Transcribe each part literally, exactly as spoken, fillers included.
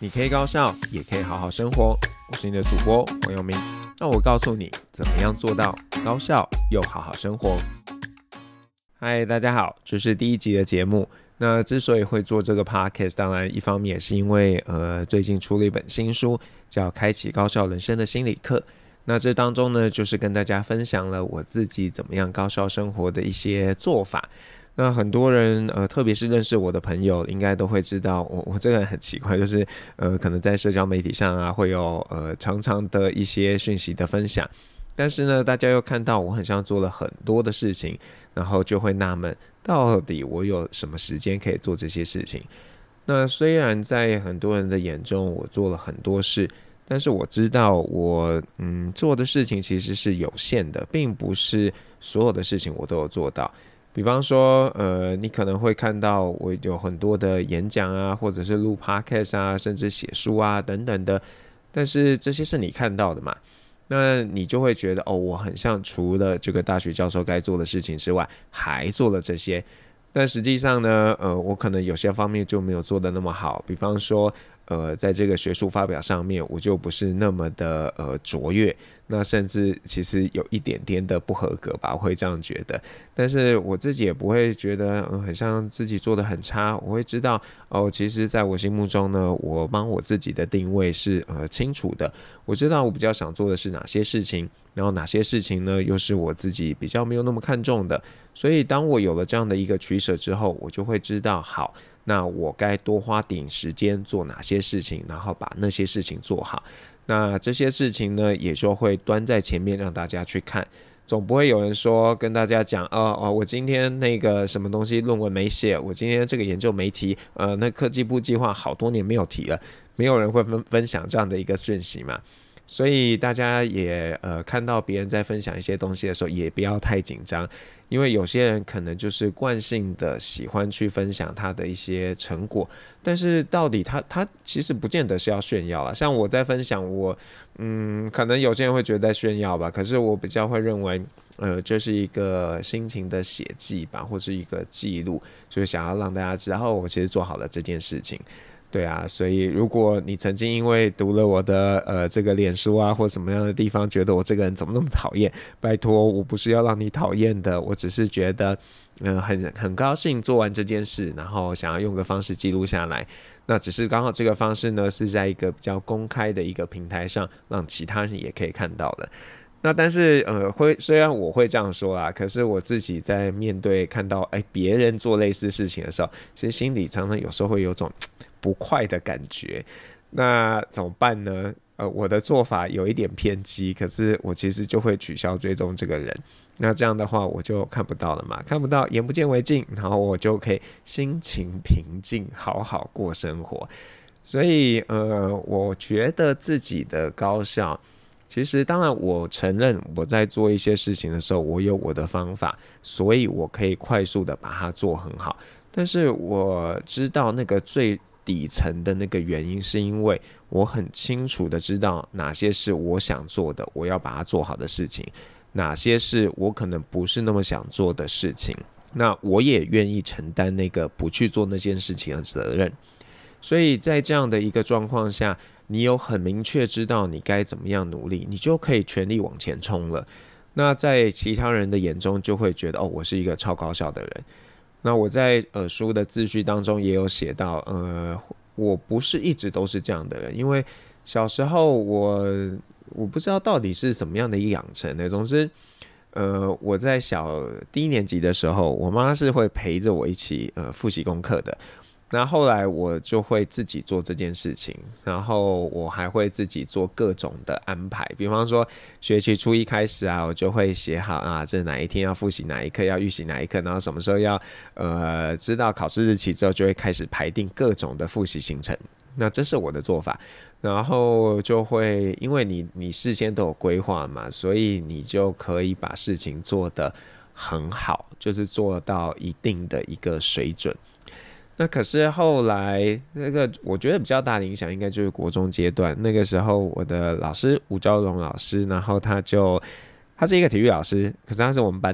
你可以高效，也可以好好生活。我是你的主播黄永明，让我告诉你怎么样做到高效又好好生活。嗨，大家好，这是第一集的节目。那之所以会做这个 podcast， 当然一方面也是因为呃最近出了一本新书，叫《开启高效人生的心理课》。那这当中呢，就是跟大家分享了我自己怎么样高效生活的一些做法。那很多人呃，特别是认识我的朋友，应该都会知道我我这个人很奇怪，就是呃，可能在社交媒体上啊，会有呃常常的一些讯息的分享，但是呢，大家又看到我很像做了很多的事情，然后就会纳闷，到底我有什么时间可以做这些事情？那虽然在很多人的眼中，我做了很多事，但是我知道我嗯做的事情其实是有限的，并不是所有的事情我都有做到。比方说，呃，你可能会看到我有很多的演讲啊，或者是录 podcast 啊，甚至写书啊等等的，但是这些是你看到的嘛？那你就会觉得，哦，我很像除了这个大学教授该做的事情之外，还做了这些。但实际上呢，呃，我可能有些方面就没有做得那么好，比方说，呃，在这个学术发表上面，我就不是那么的呃卓越，那甚至其实有一点点的不合格吧，我会这样觉得。但是我自己也不会觉得，呃，很像自己做得很差，我会知道，哦，其实在我心目中呢，我帮我自己的定位是呃清楚的，我知道我比较想做的是哪些事情，然后哪些事情呢，又是我自己比较没有那么看重的。所以当我有了这样的一个取舍之后，我就会知道，好，那我该多花点时间做哪些事情，然后把那些事情做好。那这些事情呢，也就会端在前面让大家去看。总不会有人说跟大家讲，哦哦，我今天那个什么东西论文没写，我今天这个研究没提，呃，那科技部计划好多年没有提了，没有人会分分享这样的一个讯息嘛。所以大家也呃看到别人在分享一些东西的时候，也不要太紧张，因为有些人可能就是惯性的喜欢去分享他的一些成果，但是到底他他其实不见得是要炫耀啦。像我在分享我，嗯，可能有些人会觉得在炫耀吧，可是我比较会认为，呃，这是一个心情的写记吧，或是一个记录，就是想要让大家知道，哦，我其实做好了这件事情。对啊，所以如果你曾经因为读了我的呃这个脸书啊或什么样的地方，觉得我这个人怎么那么讨厌，拜托，我不是要让你讨厌的，我只是觉得呃很很高兴做完这件事，然后想要用个方式记录下来。那只是刚好这个方式呢是在一个比较公开的一个平台上，让其他人也可以看到的。那但是呃会虽然我会这样说啦，可是我自己在面对看到哎别人做类似事情的时候，其实心里常常有时候会有种不快的感觉。那怎么办呢？呃，我的做法有一点偏激，可是我其实就会取消追踪这个人。那这样的话，我就看不到了嘛，看不到，眼不见为净，然后我就可以心情平静，好好过生活。所以，呃，我觉得自己的高效，其实当然我承认我在做一些事情的时候，我有我的方法，所以我可以快速的把它做很好。但是我知道那个最底层的那个原因，是因为我很清楚的知道哪些是我想做的，我要把它做好的事情，哪些是我可能不是那么想做的事情，那我也愿意承担那个不去做那件事情的责任。所以在这样的一个状况下，你有很明确知道你该怎么样努力，你就可以全力往前冲了。那在其他人的眼中就会觉得，哦，我是一个超高效的人。那我在呃书的自序当中也有写到，呃，我不是一直都是这样的人，因为小时候我我不知道到底是什么样的一个养成的。总之，呃，我在小低年级的时候，我妈是会陪着我一起呃复习功课的。那后来我就会自己做这件事情，然后我还会自己做各种的安排，比方说学期初一开始啊，我就会写好啊，这哪一天要复习哪一课，要预习哪一课，然后什么时候要呃知道考试日期之后，就会开始排定各种的复习行程。那这是我的做法，然后就会因为你你事先都有规划嘛，所以你就可以把事情做得很好，就是做到一定的一个水准。那可是后来那个我觉得比较大的影响应该就是国中阶段，那个时候我的老师吴昭荣老师，然后他就他是一个体育老师，可是他是我们班导，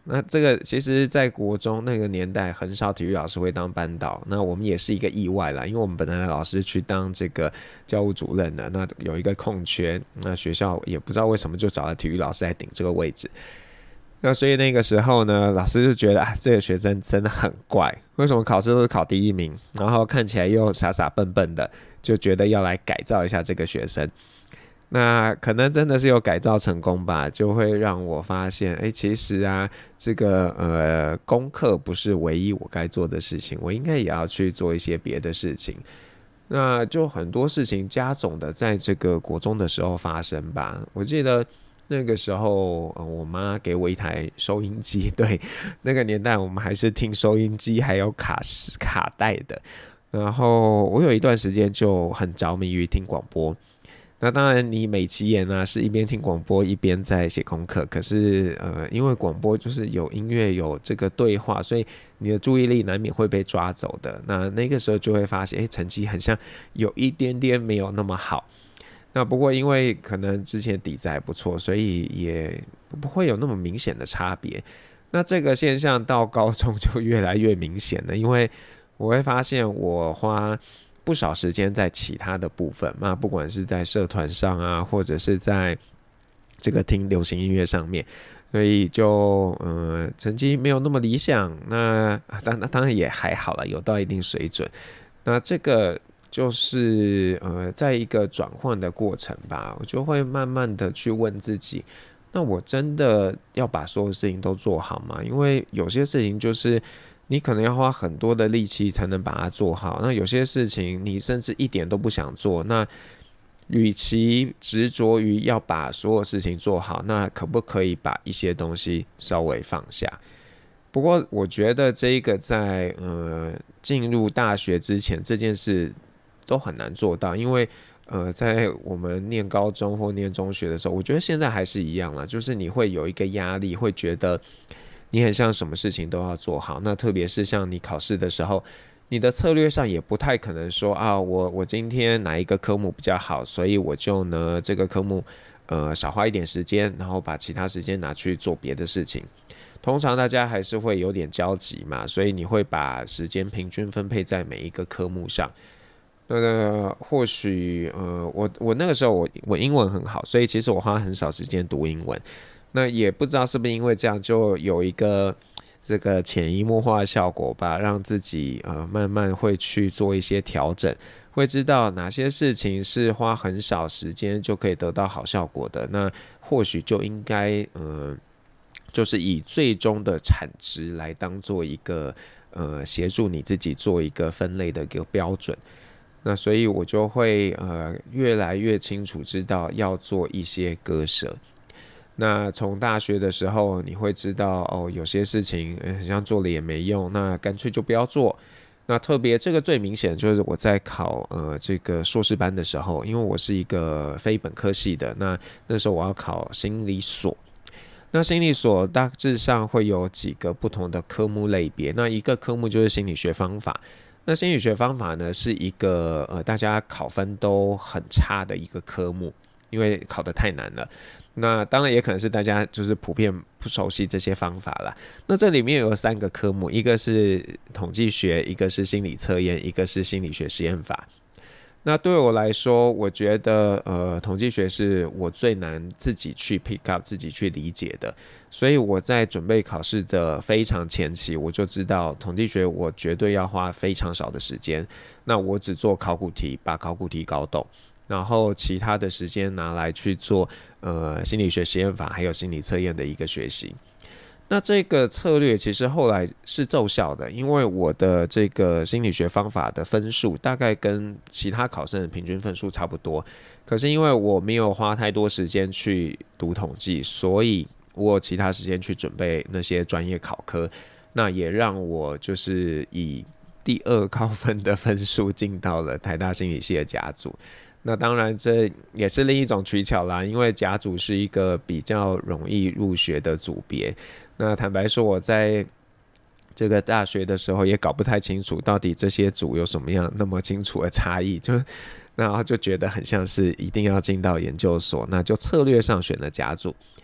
那这个其实在国中那个年代很少体育老师会当班导，那我们也是一个意外啦，因为我们本来的老师去当这个教务主任的，那有一个空缺，那学校也不知道为什么就找了体育老师来顶这个位置。那所以那个时候呢，老师就觉得啊，这个学生真的很怪，为什么考试都是考第一名，然后看起来又傻傻笨笨的，就觉得要来改造一下这个学生。那可能真的是有改造成功吧，就会让我发现，哎，其实啊，这个呃功课不是唯一我该做的事情，我应该也要去做一些别的事情。那就很多事情加总的在这个国中的时候发生吧。我记得那个时候，呃、我妈给我一台收音机，对，那个年代我们还是听收音机还有卡卡带的。然后我有一段时间就很着迷于听广播。那当然，你美其言啊，是一边听广播一边在写功课。可是，呃，因为广播就是有音乐有这个对话，所以你的注意力难免会被抓走的。那那个时候就会发现，哎，成绩好像有一点点没有那么好。那不过因为可能之前底子还不错，所以也不会有那么明显的差别。那这个现象到高中就越来越明显了，因为我会发现我花不少时间在其他的部分，那不管是在社团上啊，或者是在这个听流行音乐上面，所以就呃成绩没有那么理想。那当当然也还好了，有到一定水准。那这个就是呃，在一个转换的过程吧，我就会慢慢的去问自己，那我真的要把所有事情都做好吗？因为有些事情就是你可能要花很多的力气才能把它做好，那有些事情你甚至一点都不想做，那与其执着于要把所有事情做好，那可不可以把一些东西稍微放下？不过我觉得这一个在呃进入大学之前这件事都很难做到，因为呃在我们念高中或念中学的时候，我觉得现在还是一样啦，就是你会有一个压力，会觉得你很像什么事情都要做好。那特别是像你考试的时候，你的策略上也不太可能说啊，我我今天哪一个科目比较好，所以我就呢这个科目呃少花一点时间，然后把其他时间拿去做别的事情。通常大家还是会有点交集嘛，所以你会把时间平均分配在每一个科目上。那个或许呃，我我那个时候我我英文很好，所以其实我花很少时间读英文。那也不知道是不是因为这样，就有一个这个潜移默化的效果吧，让自己呃慢慢会去做一些调整，会知道哪些事情是花很少时间就可以得到好效果的。那或许就应该呃，就是以最终的产值来当做一个呃协助你自己做一个分类的一个标准。那所以我就会呃越来越清楚知道要做一些割舍。那从大学的时候你会知道哦，有些事情好像做了也没用，那干脆就不要做。那特别这个最明显就是我在考呃这个硕士班的时候，因为我是一个非本科系的，那那时候我要考心理所。那心理所大致上会有几个不同的科目类别，那一个科目就是心理学方法。那心理学方法呢，是一个呃大家考分都很差的一个科目，因为考得太难了。那当然也可能是大家就是普遍不熟悉这些方法啦。那这里面有三个科目，一个是统计学，一个是心理测验，一个是心理学实验法。那对我来说，我觉得呃统计学是我最难自己去 pick up 自己去理解的，所以我在准备考试的非常前期，我就知道统计学我绝对要花非常少的时间，那我只做考古题，把考古题搞懂，然后其他的时间拿来去做呃心理学实验法还有心理测验的一个学习。那这个策略其实后来是奏效的，因为我的这个心理学方法的分数大概跟其他考生的平均分数差不多，可是因为我没有花太多时间去读统计，所以我有其他时间去准备那些专业考科，那也让我就是以第二高分的分数进到了台大心理系的甲组。那当然这也是另一种取巧啦，因为甲组是一个比较容易入学的组别。那坦白说，我在这个大学的时候也搞不太清楚到底这些组有什么样那么清楚的差异，就然后就觉得很像是一定要进到研究所，那就策略上选了甲组。不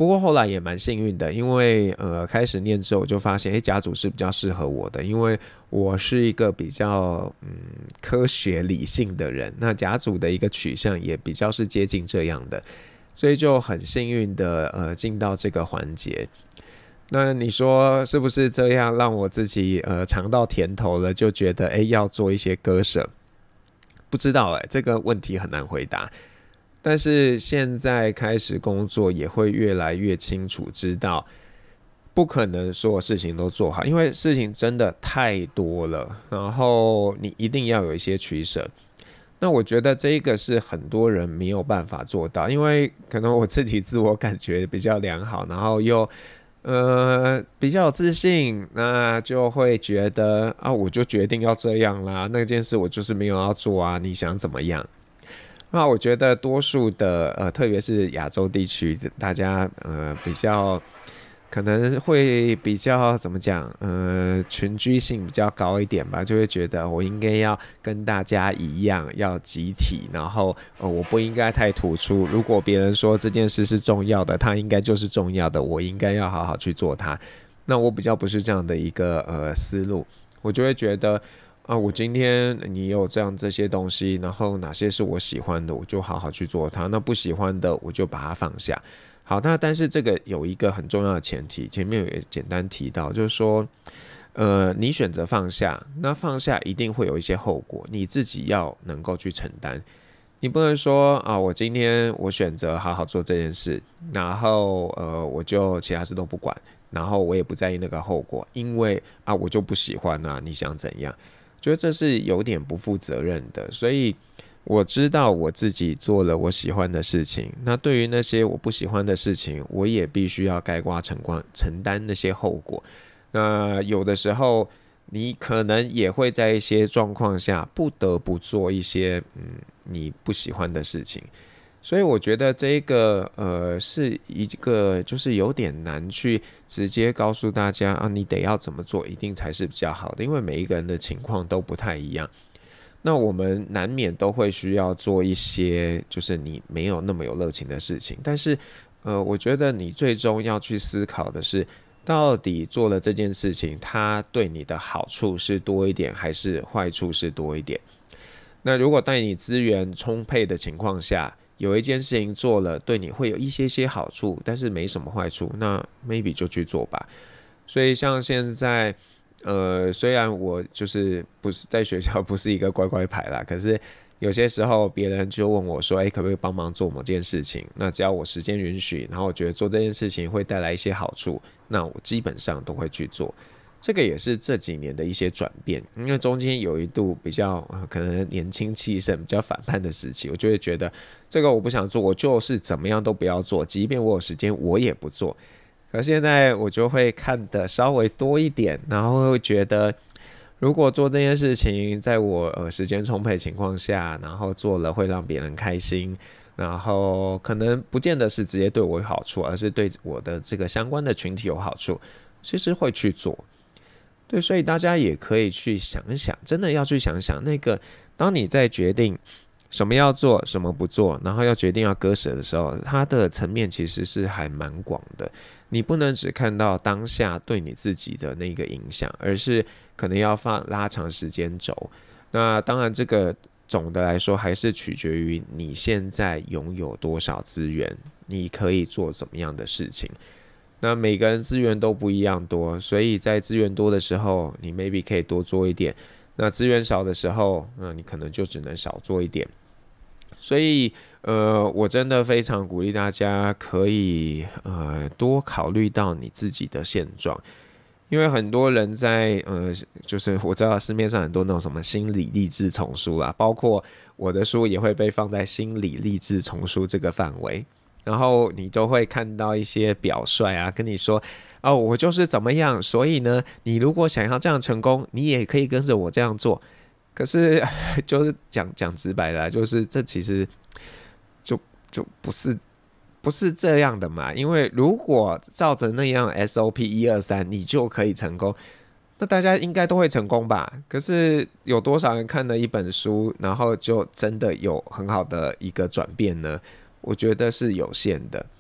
不过后来也蛮幸运的，因为呃开始念之后我就发现，哎，甲组是比较适合我的，因为我是一个比较嗯科学理性的人，那甲组的一个取向也比较是接近这样的，所以就很幸运的呃进到这个环节。那你说是不是这样让我自己呃尝到甜头了，就觉得哎要做一些割舍？不知道哎，这个问题很难回答。但是现在开始工作，也会越来越清楚知道，不可能所有事情都做好，因为事情真的太多了，然后你一定要有一些取舍。那我觉得这一个是很多人没有办法做到，因为可能我自己自我感觉比较良好，然后又呃比较有自信，那就会觉得啊，我就决定要这样啦，那件事我就是没有要做啊，你想怎么样？那我觉得多数的呃，特别是亚洲地区，大家呃比较可能会比较怎么讲，呃，群居性比较高一点吧，就会觉得我应该要跟大家一样，要集体，然后呃，我不应该太突出。如果别人说这件事是重要的，它应该就是重要的，我应该要好好去做它。那我比较不是这样的一个呃思路，我就会觉得。啊，我今天你有这样这些东西，然后哪些是我喜欢的，我就好好去做它；那不喜欢的，我就把它放下。好，那但是这个有一个很重要的前提，前面有简单提到，就是说，呃，你选择放下，那放下一定会有一些后果，你自己要能够去承担。你不能说啊，我今天我选择好好做这件事，然后呃，我就其他事都不管，然后我也不在意那个后果，因为啊，我就不喜欢啊，你想怎样？觉得这是有点不负责任的，所以我知道我自己做了我喜欢的事情，那对于那些我不喜欢的事情，我也必须要概括承承担那些后果。那有的时候你可能也会在一些状况下不得不做一些嗯你不喜欢的事情。所以我觉得这个呃是一个就是有点难去直接告诉大家啊，你得要怎么做，一定才是比较好的，因为每一个人的情况都不太一样。那我们难免都会需要做一些就是你没有那么有热情的事情，但是呃，我觉得你最终要去思考的是，到底做了这件事情，它对你的好处是多一点，还是坏处是多一点？那如果在你资源充沛的情况下，有一件事情做了，对你会有一些些好处，但是没什么坏处，那 maybe 就去做吧。所以像现在，呃，虽然我就是不是在学校不是一个乖乖牌啦，可是有些时候别人就问我说，哎，可不可以帮忙做某件事情？那只要我时间允许，然后我觉得做这件事情会带来一些好处，那我基本上都会去做。这个也是这几年的一些转变，因为中间有一度比较、呃、可能年轻气盛、比较反叛的时期，我就会觉得这个我不想做，我就是怎么样都不要做，即便我有时间，我也不做。可现在我就会看得稍微多一点，然后会觉得，如果做这件事情，在我呃时间充沛的情况下，然后做了会让别人开心，然后可能不见得是直接对我有好处，而是对我的这个相关的群体有好处，其实会去做。对，所以大家也可以去想一想，真的要去想想那个，当你在决定什么要做，什么不做，然后要决定要割舍的时候，它的层面其实是还蛮广的。你不能只看到当下对你自己的那个影响，而是可能要放拉长时间轴。那当然，这个总的来说还是取决于你现在拥有多少资源，你可以做怎么样的事情。那每个人资源都不一样多，所以在资源多的时候，你 maybe 可以多做一点；那资源少的时候，那你可能就只能少做一点。所以，呃，我真的非常鼓励大家可以呃多考虑到你自己的现状，因为很多人在呃，就是我知道市面上很多那种什么心理励志丛书啦，包括我的书也会被放在心理励志丛书这个范围。然后你就会看到一些表率啊，跟你说哦，我就是怎么样，所以呢，你如果想要这样成功，你也可以跟着我这样做。可是就是讲讲直白的啦，就是这其实就就不是不是这样的嘛。因为如果照着那样 S O P 一二三，你就可以成功，那大家应该都会成功吧？可是有多少人看了一本书，然后就真的有很好的一个转变呢？我觉得是有限的，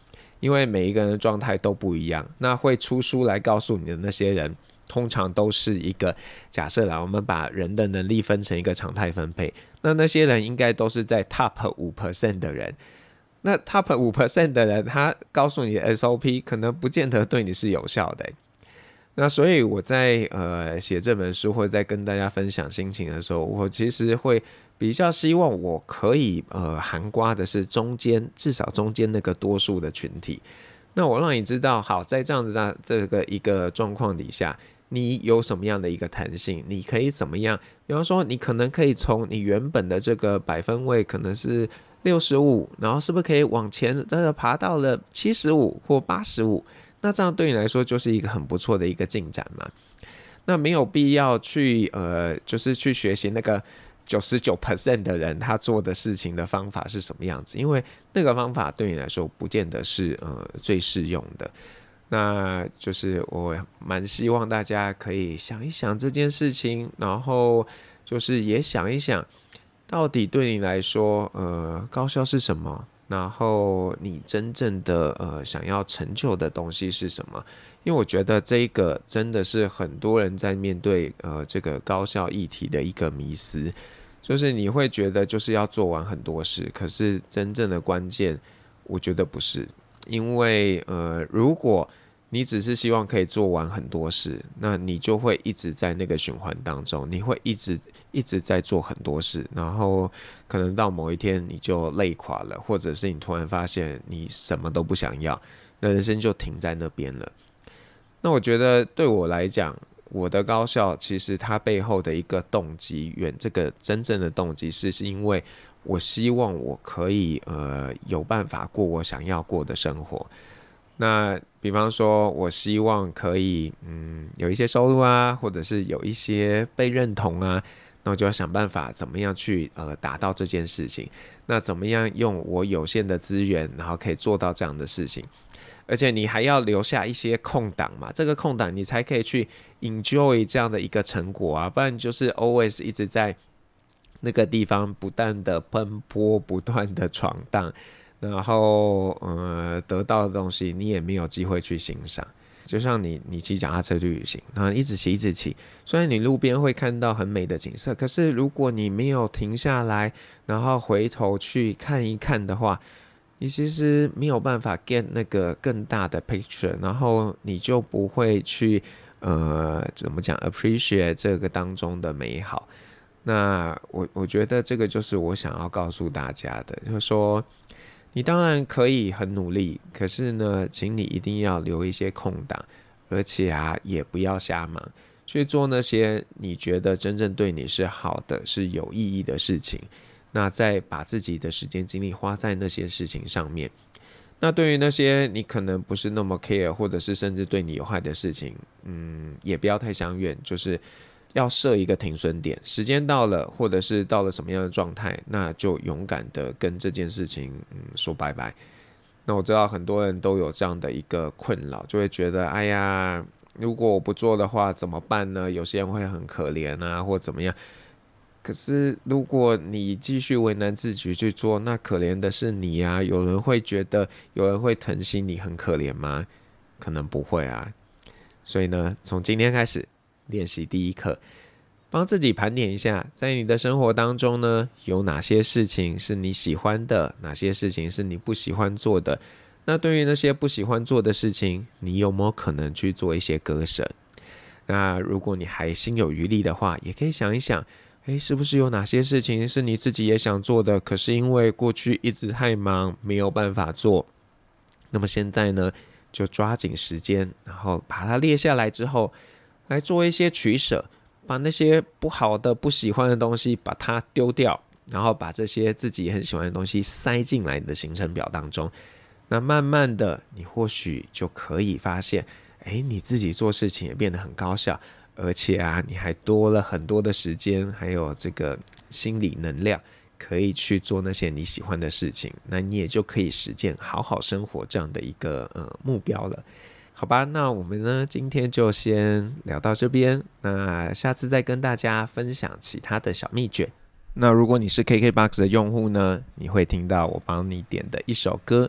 因为每一个人的状态都不一样。那会出书来告诉你的那些人，通常都是一个假设啦，我们把人的能力分成一个常态分配，那那些人应该都是在 top 百分之五 的人。那 top 百分之五 的人，他告诉你的 S O P 可能不见得对你是有效的。那所以我在呃写这本书或者在跟大家分享心情的时候，我其实会比较希望我可以呃涵盖的是中间，至少中间那个多数的群体。那我让你知道，好，在这样子的这个一个状况底下，你有什么样的一个弹性，你可以怎么样？比方说，你可能可以从你原本的这个百分位可能是六十五，然后是不是可以往前这个爬到了七十五或八十五？那这样对你来说就是一个很不错的一个进展嘛。那没有必要去呃，就是去学习那个 百分之九十九 的人他做的事情的方法是什么样子，因为那个方法对你来说不见得是呃最适用的。那就是我蛮希望大家可以想一想这件事情，然后就是也想一想，到底对你来说，呃，高效是什么？然后你真正的呃想要成就的东西是什么？因为我觉得这一个真的是很多人在面对呃这个高效议题的一个迷思，就是你会觉得就是要做完很多事，可是真正的关键，我觉得不是，因为呃如果你只是希望可以做完很多事，那你就会一直在那个循环当中，你会一直一直在做很多事，然后可能到某一天你就累垮了，或者是你突然发现你什么都不想要，那人生就停在那边了。那我觉得对我来讲，我的高效其实它背后的一个动机，远这个真正的动机是是因为我希望我可以呃有办法过我想要过的生活。那比方说我希望可以嗯有一些收入啊，或者是有一些被认同啊，那我就要想办法怎么样去呃达到这件事情。那怎么样用我有限的资源，然后可以做到这样的事情，而且你还要留下一些空档嘛，这个空档你才可以去 enjoy 这样的一个成果啊，不然就是 always 一直在那个地方不断的奔波，不断的闯荡，然后呃得到的东西你也没有机会去欣赏。就像你你骑脚踏车去旅行，然后一直骑一直骑，虽然你路边会看到很美的景色，可是如果你没有停下来，然后回头去看一看的话，你其实没有办法 get 那个更大的 picture， 然后你就不会去呃怎么讲 appreciate 这个当中的美好。那我我觉得这个就是我想要告诉大家的，就是说你当然可以很努力，可是呢，请你一定要留一些空档，而且啊，也不要瞎忙，去做那些你觉得真正对你是好的、是有意义的事情。那再把自己的时间精力花在那些事情上面。那对于那些你可能不是那么 care， 或者是甚至对你有害的事情，嗯，也不要太相怨，就是要设一个停损点，时间到了，或者是到了什么样的状态，那就勇敢的跟这件事情、嗯、说拜拜。那我知道很多人都有这样的一个困扰，就会觉得哎呀，如果我不做的话怎么办呢？有些人会很可怜啊，或怎么样。可是如果你继续为难自己去做，那可怜的是你啊。有人会觉得，有人会疼惜你很可怜吗？可能不会啊。所以呢，从今天开始练习第一课，帮自己盘点一下，在你的生活当中呢，有哪些事情是你喜欢的，哪些事情是你不喜欢做的。那对于那些不喜欢做的事情，你有没有可能去做一些割舍？那如果你还心有余力的话，也可以想一想，诶，是不是有哪些事情是你自己也想做的，可是因为过去一直太忙，没有办法做。那么现在呢，就抓紧时间，然后把它列下来之后，来做一些取舍，把那些不好的、不喜欢的东西把它丢掉，然后把这些自己很喜欢的东西塞进来你的行程表当中。那慢慢的，你或许就可以发现，诶，你自己做事情也变得很高效。而且啊，你还多了很多的时间，还有这个心理能量，可以去做那些你喜欢的事情，那你也就可以实践好好生活这样的一个呃目标了。好吧，那我们呢今天就先聊到这边，那下次再跟大家分享其他的小秘诀。那如果你是 K K B O X 的用户呢，你会听到我帮你点的一首歌，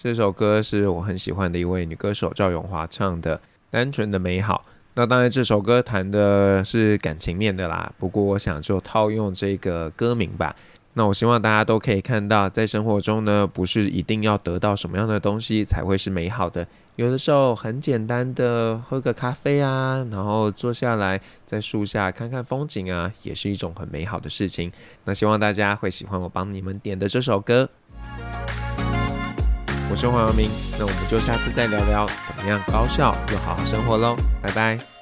这首歌是我很喜欢的一位女歌手赵咏华唱的《单纯的美好》。那当然这首歌谈的是感情面的啦，不过我想就套用这个歌名吧。那我希望大家都可以看到，在生活中呢，不是一定要得到什么样的东西才会是美好的，有的时候很简单的喝个咖啡啊，然后坐下来在树下看看风景啊，也是一种很美好的事情。那希望大家会喜欢我帮你们点的这首歌。我是黄阳明，那我们就下次再聊聊怎么样高效又好好生活咯，拜拜。